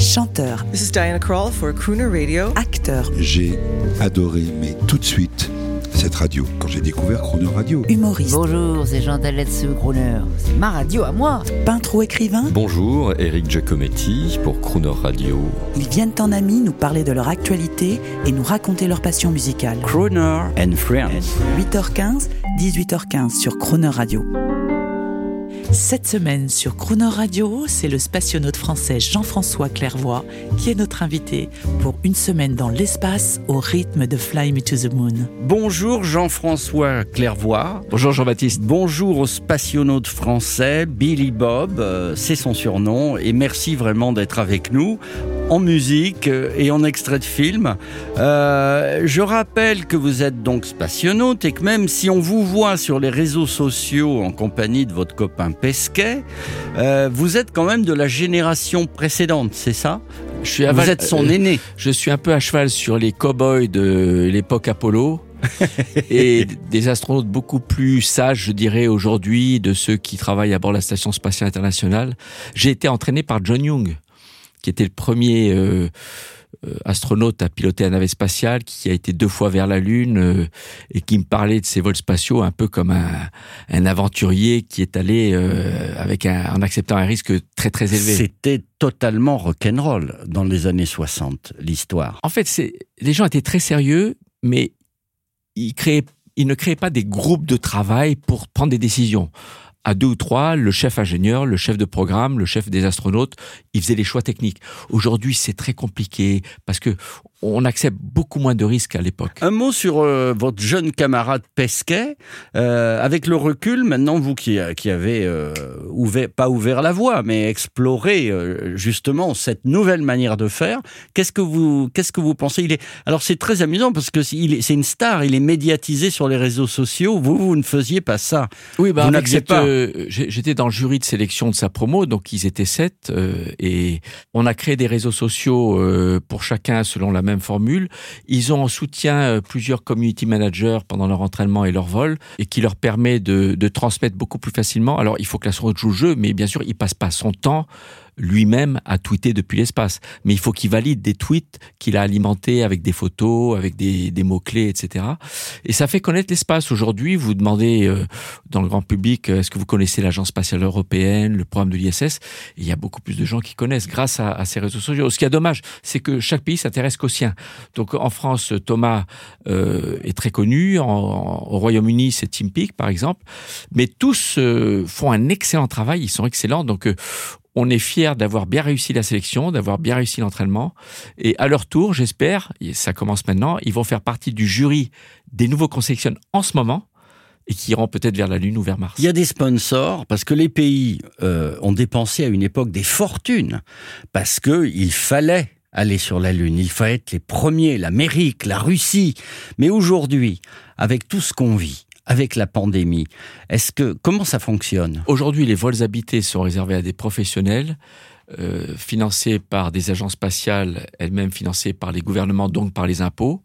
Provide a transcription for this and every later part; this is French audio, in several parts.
Chanteur. This is Diana Krall for Crooner Radio. Acteur. J'ai adoré, mais tout de suite, cette radio, quand j'ai découvert Crooner Radio. Humoriste. Bonjour, c'est Jean Daletz Crooner. C'est ma radio à moi. Peintre ou écrivain. Bonjour, Eric Giacometti pour Crooner Radio. Ils viennent en amis nous parler de leur actualité et nous raconter leur passion musicale. Crooner and Friends. 8h15, 18h15 sur Crooner Radio. Cette semaine sur Crooner Radio, c'est le spationaute français Jean-François Clairvoy qui est notre invité pour une semaine dans l'espace au rythme de Fly Me to the Moon. Bonjour Jean-François Clairvoy. Bonjour Jean-Baptiste. Bonjour au spationaute français Billy Bob, c'est son surnom, et merci vraiment d'être avec nous en musique et en extrait de film. Je rappelle que vous êtes donc spationaute et que même si on vous voit sur les réseaux sociaux en compagnie de votre copain Pesquet, vous êtes quand même de la génération précédente, c'est ça ? Vous êtes son aîné. Je suis un peu à cheval sur les cow-boys de l'époque Apollo. Et des astronautes beaucoup plus sages, je dirais, aujourd'hui, de ceux qui travaillent à bord de la Station Spatiale Internationale. J'ai été entraîné par John Young, qui était le premier astronaute à piloter la navette spatiale, qui a été 2 fois vers la Lune et qui me parlait de ses vols spatiaux un peu comme un aventurier qui est allé en acceptant un risque très très élevé. C'était totalement rock'n'roll dans les années 60, l'histoire. En fait, les gens étaient très sérieux, mais ils ne créaient pas des groupes de travail pour prendre des décisions. À 2 ou 3, le chef ingénieur, le chef de programme, le chef des astronautes, ils faisaient les choix techniques. Aujourd'hui, c'est très compliqué parce que on accepte beaucoup moins de risques à l'époque. Un mot sur votre jeune camarade Pesquet. Avec le recul, maintenant, vous qui avez pas ouvert la voie, mais exploré justement cette nouvelle manière de faire, qu'est-ce que vous pensez ? Alors c'est très amusant parce que c'est une star, il est médiatisé sur les réseaux sociaux. Vous ne faisiez pas ça. Oui, vous n'aviez pas. J'étais dans le jury de sélection de sa promo, donc ils étaient 7, et on a créé des réseaux sociaux pour chacun selon la même formule. Ils ont en soutien plusieurs community managers pendant leur entraînement et leur vol, et qui leur permet de transmettre beaucoup plus facilement. Alors il faut que l'astronaute joue le jeu, mais bien sûr il passe pas son temps lui-même à tweeter depuis l'espace. Mais il faut qu'il valide des tweets qu'il a alimentés avec des photos, avec des mots-clés, etc. Et ça fait connaître l'espace. Aujourd'hui, vous demandez dans le grand public, est-ce que vous connaissez l'Agence spatiale européenne, le programme de l'ISS ? Et il y a beaucoup plus de gens qui connaissent grâce à ces réseaux sociaux. Ce qui est dommage, c'est que chaque pays s'intéresse qu'au sien. Donc en France, Thomas est très connu. Au Royaume-Uni, c'est Tim Peake, par exemple. Mais tous font un excellent travail. Ils sont excellents. Donc on est fiers d'avoir bien réussi la sélection, d'avoir bien réussi l'entraînement. Et à leur tour, j'espère, et ça commence maintenant, ils vont faire partie du jury des nouveaux qu'on sélectionne en ce moment et qui iront peut-être vers la Lune ou vers Mars. Il y a des sponsors parce que les pays ont dépensé à une époque des fortunes parce qu'il fallait aller sur la Lune. Il fallait être les premiers, l'Amérique, la Russie. Mais aujourd'hui, avec tout ce qu'on vit, avec la pandémie, comment ça fonctionne ? Aujourd'hui, les vols habités sont réservés à des professionnels, financés par des agences spatiales, elles-mêmes financées par les gouvernements, donc par les impôts.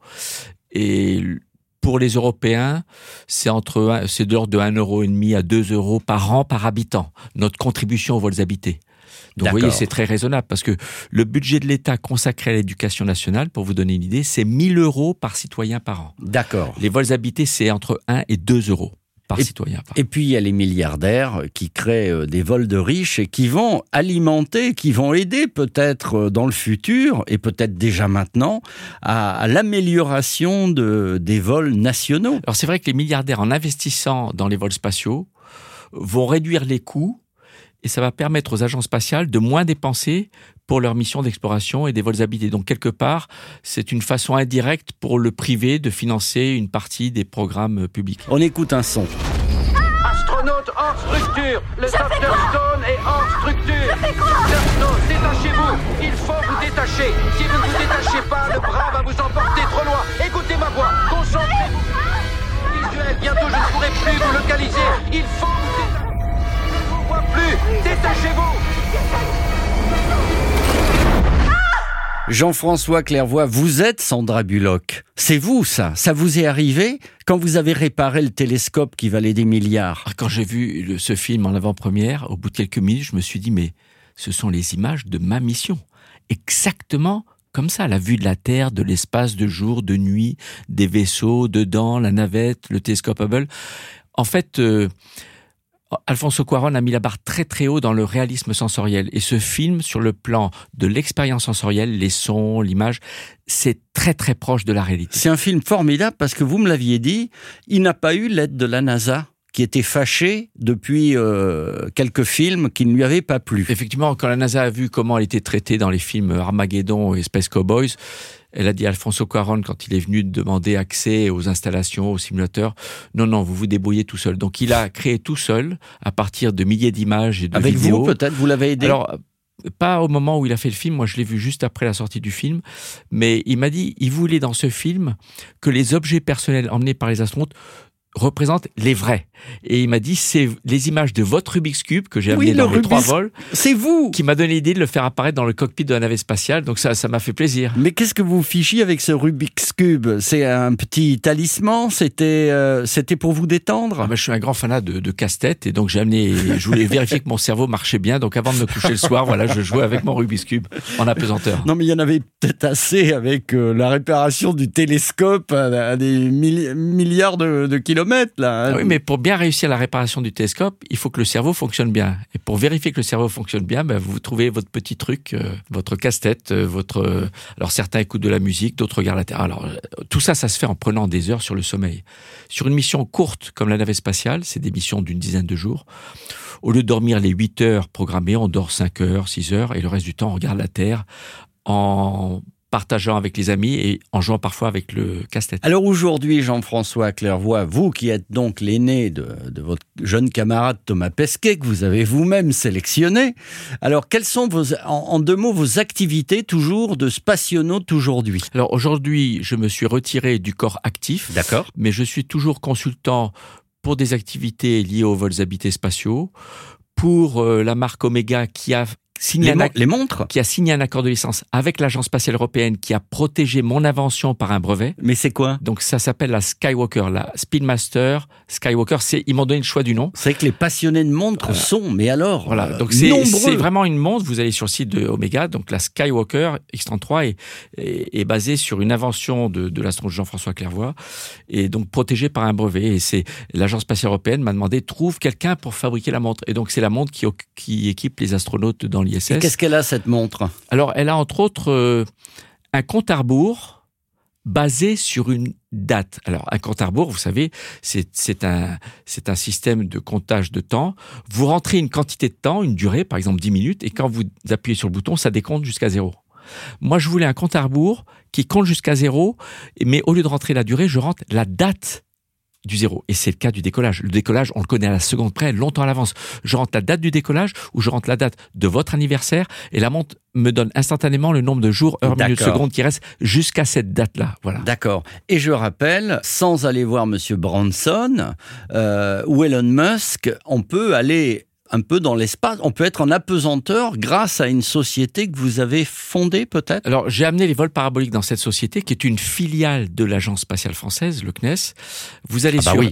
Et pour les Européens, c'est de l'ordre de 1,5 € à 2 € par an par habitant, notre contribution aux vols habités. Donc vous voyez, c'est très raisonnable parce que le budget de l'État consacré à l'éducation nationale, pour vous donner une idée, c'est 1 000 € par citoyen par an. D'accord. Les vols habités, c'est entre 1 et 2 € par citoyen par an. Et puis il y a les milliardaires qui créent des vols de riches et qui vont alimenter, qui vont aider peut-être dans le futur et peut-être déjà maintenant à l'amélioration des vols nationaux. Alors c'est vrai que les milliardaires, en investissant dans les vols spatiaux, vont réduire les coûts. Et ça va permettre aux agences spatiales de moins dépenser pour leur mission d'exploration et des vols habités. Donc, quelque part, c'est une façon indirecte pour le privé de financer une partie des programmes publics. On écoute un son. Astronaute hors structure. Le Dr Stone est hors structure. Je fais quoi ? Dr Stone, détachez-vous. Il faut vous détacher. Si vous ne vous détachez pas, le bras va vous emporter trop loin. Écoutez ma voix. Concentrez-vous. Visuel, bientôt je ne pourrai plus vous localiser. Il faut vous détacher. Plus, détachez-vous. Jean-François Clairvoy, vous êtes Sandra Bullock. C'est vous, ça vous est arrivé quand vous avez réparé le télescope qui valait des milliards ? Quand j'ai vu ce film en avant-première, au bout de quelques minutes, je me suis dit, mais ce sont les images de ma mission. exactement comme ça, la vue de la Terre, de l'espace, de jour, de nuit, des vaisseaux, dedans, la navette, le télescope Hubble. En fait, Alfonso Cuarón a mis la barre très très haut dans le réalisme sensoriel. Et ce film, sur le plan de l'expérience sensorielle, les sons, l'image, c'est très très proche de la réalité. C'est un film formidable parce que vous me l'aviez dit, il n'a pas eu l'aide de la NASA, qui était fâchée depuis quelques films qui ne lui avaient pas plu. Effectivement, quand la NASA a vu comment elle était traitée dans les films Armageddon et Space Cowboys, elle a dit à Alfonso Cuarón, quand il est venu demander accès aux installations, aux simulateurs, non, vous vous débrouillez tout seul. Donc il a créé tout seul, à partir de milliers d'images et de Avec vidéos. vous, peut-être, vous l'avez aidé? Alors, pas au moment où il a fait le film, moi je l'ai vu juste après la sortie du film, mais il m'a dit, il voulait dans ce film que les objets personnels emmenés par les astronautes représente les vrais. Et il m'a dit, c'est les images de votre Rubik's Cube que j'ai amené dans les 3 vols. C'est vous qui m'a donné l'idée de le faire apparaître dans le cockpit de la navette spatiale. Donc ça m'a fait plaisir. Mais qu'est-ce que vous fichiez avec ce Rubik's Cube? C'est un petit talisman? C'était pour vous détendre? Je suis un grand fanat de casse-tête et donc je voulais vérifier que mon cerveau marchait bien. Donc avant de me coucher le soir, je jouais avec mon Rubik's Cube en apesanteur. Non, mais il y en avait peut-être assez avec la réparation du télescope à des milliards de kilomètres, là. Hein. Oui, mais pour bien réussir la réparation du télescope, il faut que le cerveau fonctionne bien. Et pour vérifier que le cerveau fonctionne bien, vous trouvez votre petit truc, votre casse-tête, alors certains écoutent de la musique, d'autres regardent la Terre. Alors tout ça se fait en prenant des heures sur le sommeil. Sur une mission courte comme la navette spatiale, c'est des missions d'une dizaine de jours. Au lieu de dormir les 8 heures programmées, on dort 5 heures, 6 heures, et le reste du temps, on regarde la Terre en partageant avec les amis et en jouant parfois avec le casse-tête. Alors aujourd'hui, Jean-François Clairvoy, vous qui êtes donc l'aîné de votre jeune camarade Thomas Pesquet, que vous avez vous-même sélectionné, alors quelles sont en 2 mots vos activités toujours de spationaute aujourd'hui? Alors aujourd'hui, je me suis retiré du corps actif. D'accord. Mais je suis toujours consultant pour des activités liées aux vols habités spatiaux, pour la marque Omega qui a signé les montres qui a signé un accord de licence avec l'Agence spatiale européenne qui a protégé mon invention par un brevet. Mais c'est quoi? Donc ça s'appelle la Skywalker, la Speedmaster Skywalker. Ils m'ont donné le choix du nom. C'est que les passionnés de montres sont, mais alors, voilà. Donc nombreux. C'est vraiment une montre. Vous allez sur le site de Omega. Donc la Skywalker X33 est basée sur une invention de l'astronaute Jean-François Clairvoy et donc protégée par un brevet. Et c'est l'Agence spatiale européenne m'a demandé trouve quelqu'un pour fabriquer la montre. Et donc c'est la montre qui équipe les astronautes dans l'ISS. Et qu'est-ce qu'elle a, cette montre? Alors, elle a entre autres un compte à rebours basé sur une date. Alors, un compte à rebours, vous savez, c'est un système de comptage de temps. Vous rentrez une quantité de temps, une durée, par exemple 10 minutes, et quand vous appuyez sur le bouton, ça décompte jusqu'à 0. Moi, je voulais un compte à rebours qui compte jusqu'à 0, mais au lieu de rentrer la durée, je rentre la date du 0. Et c'est le cas du décollage. Le décollage, on le connaît à la seconde près, longtemps à l'avance. Je rentre la date du décollage ou je rentre la date de votre anniversaire et la montre me donne instantanément le nombre de jours, heures, minutes, secondes qui restent jusqu'à cette date-là. Voilà. D'accord. Et je rappelle, sans aller voir Monsieur Branson ou Elon Musk, on peut aller un peu dans l'espace, on peut être en apesanteur grâce à une société que vous avez fondée peut-être? Alors j'ai amené les vols paraboliques dans cette société qui est une filiale de l'Agence spatiale française, le CNES. Vous allez sur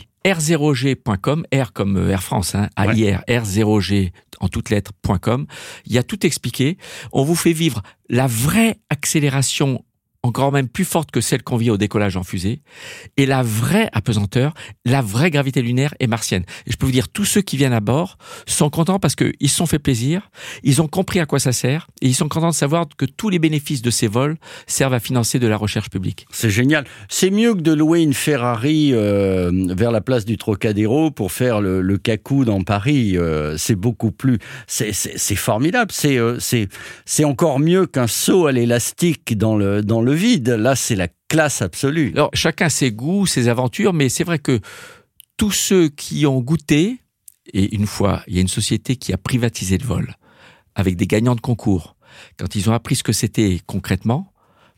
r0g.com, R comme Air France, AIR, R0G en toutes lettres.com. Il y a tout expliqué. On vous fait vivre la vraie accélération encore même plus forte que celle qu'on vit au décollage en fusée, et la vraie apesanteur, la vraie gravité lunaire et martienne. Et je peux vous dire, tous ceux qui viennent à bord sont contents parce qu'ils se sont fait plaisir, ils ont compris à quoi ça sert, et ils sont contents de savoir que tous les bénéfices de ces vols servent à financer de la recherche publique. C'est génial. C'est mieux que de louer une Ferrari vers la place du Trocadéro pour faire le cacou dans Paris. C'est beaucoup plus... C'est formidable. C'est encore mieux qu'un saut à l'élastique dans le vide. Là, c'est la classe absolue. Alors, chacun ses goûts, ses aventures, mais c'est vrai que tous ceux qui ont goûté, et une fois, il y a une société qui a privatisé le vol, avec des gagnants de concours, quand ils ont appris ce que c'était concrètement,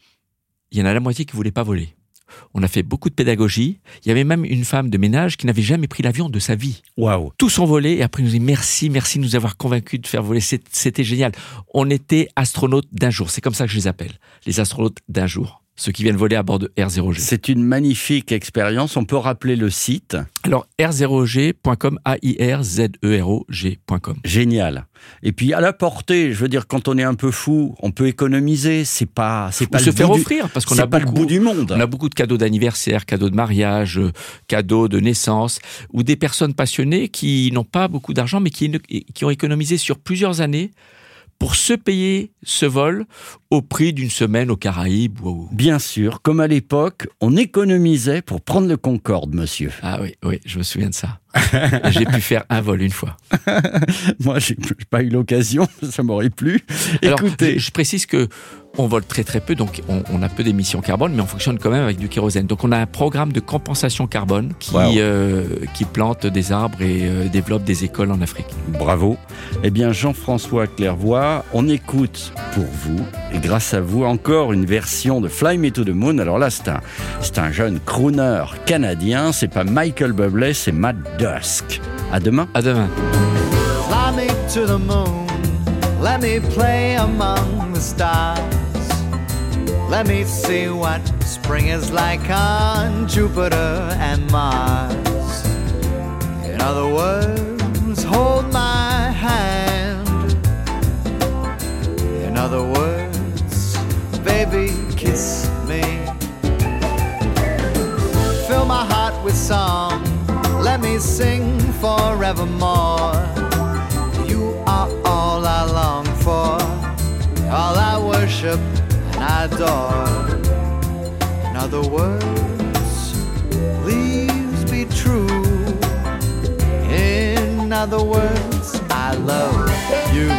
il y en a la moitié qui ne voulaient pas voler. On a fait beaucoup de pédagogie. Il y avait même une femme de ménage qui n'avait jamais pris l'avion de sa vie. Waouh. Tous ont volé et après ils nous dit merci de nous avoir convaincus de faire voler. C'était génial. On était astronautes d'un jour. C'est comme ça que je les appelle. Les astronautes d'un jour. ceux qui viennent voler à bord de R0G. C'est une magnifique expérience. On peut rappeler le site. Alors, r0g.com, AIRZEROG.com. Génial. Et puis, à la portée, je veux dire, quand on est un peu fou, on peut économiser. C'est pas Ou se faire offrir, parce qu'on a pas le bout du monde. On a beaucoup de cadeaux d'anniversaire, cadeaux de mariage, cadeaux de naissance, ou des personnes passionnées qui n'ont pas beaucoup d'argent, mais qui ont économisé sur plusieurs années pour se payer ce vol au prix d'une semaine aux Caraïbes. Bien sûr, comme à l'époque, on économisait pour prendre le Concorde, monsieur. Ah oui, je me souviens de ça. J'ai pu faire un vol une fois. Moi, j'ai pas eu l'occasion, ça m'aurait plu. Alors, écoutez, je précise que on vole très très peu, donc on a peu d'émissions carbone, mais on fonctionne quand même avec du kérosène. Donc on a un programme de compensation carbone qui plante des arbres et développe des écoles en Afrique. Bravo. Eh bien, Jean-François Clairvoy, on écoute pour vous, et grâce à vous, encore une version de Fly Me to the Moon. Alors là, c'est un jeune crooner canadien, c'est pas Michael Bublé, c'est Matt Dusk. À demain. À demain. Fly me to the moon, let me play among the stars. Let me see what spring is like on Jupiter and Mars. In other words, hold my hand. In other words, baby, kiss me. Fill my heart with song, let me sing forevermore. You are all I long for, all I worship and adore. In other words, please be true. In other words, I love you.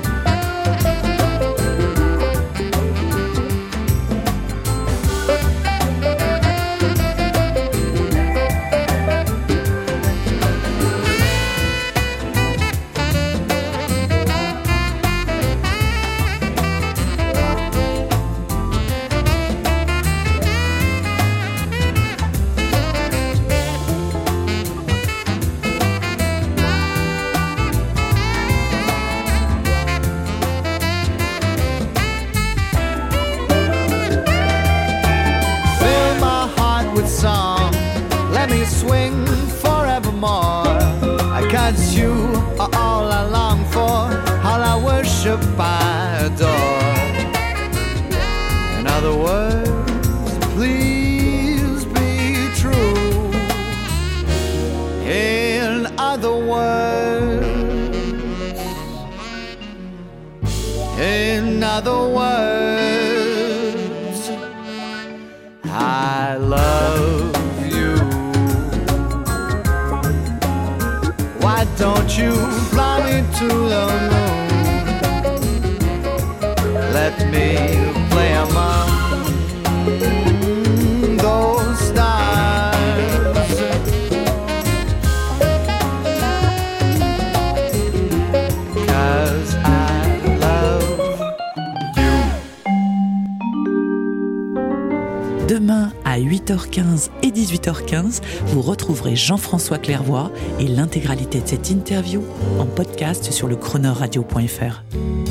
Swing forevermore, 'cause you are all I long for, all I worship, I adore. In other words, please be true. In other words, in other words, I love. Why don't you fly me to the moon? Let me play among those stars. 'Cause I love you. Demain à 8h15 et 18h15, vous retrouverez Jean-François Clairvoy et l'intégralité de cette interview en podcast sur le chroneurradio.fr.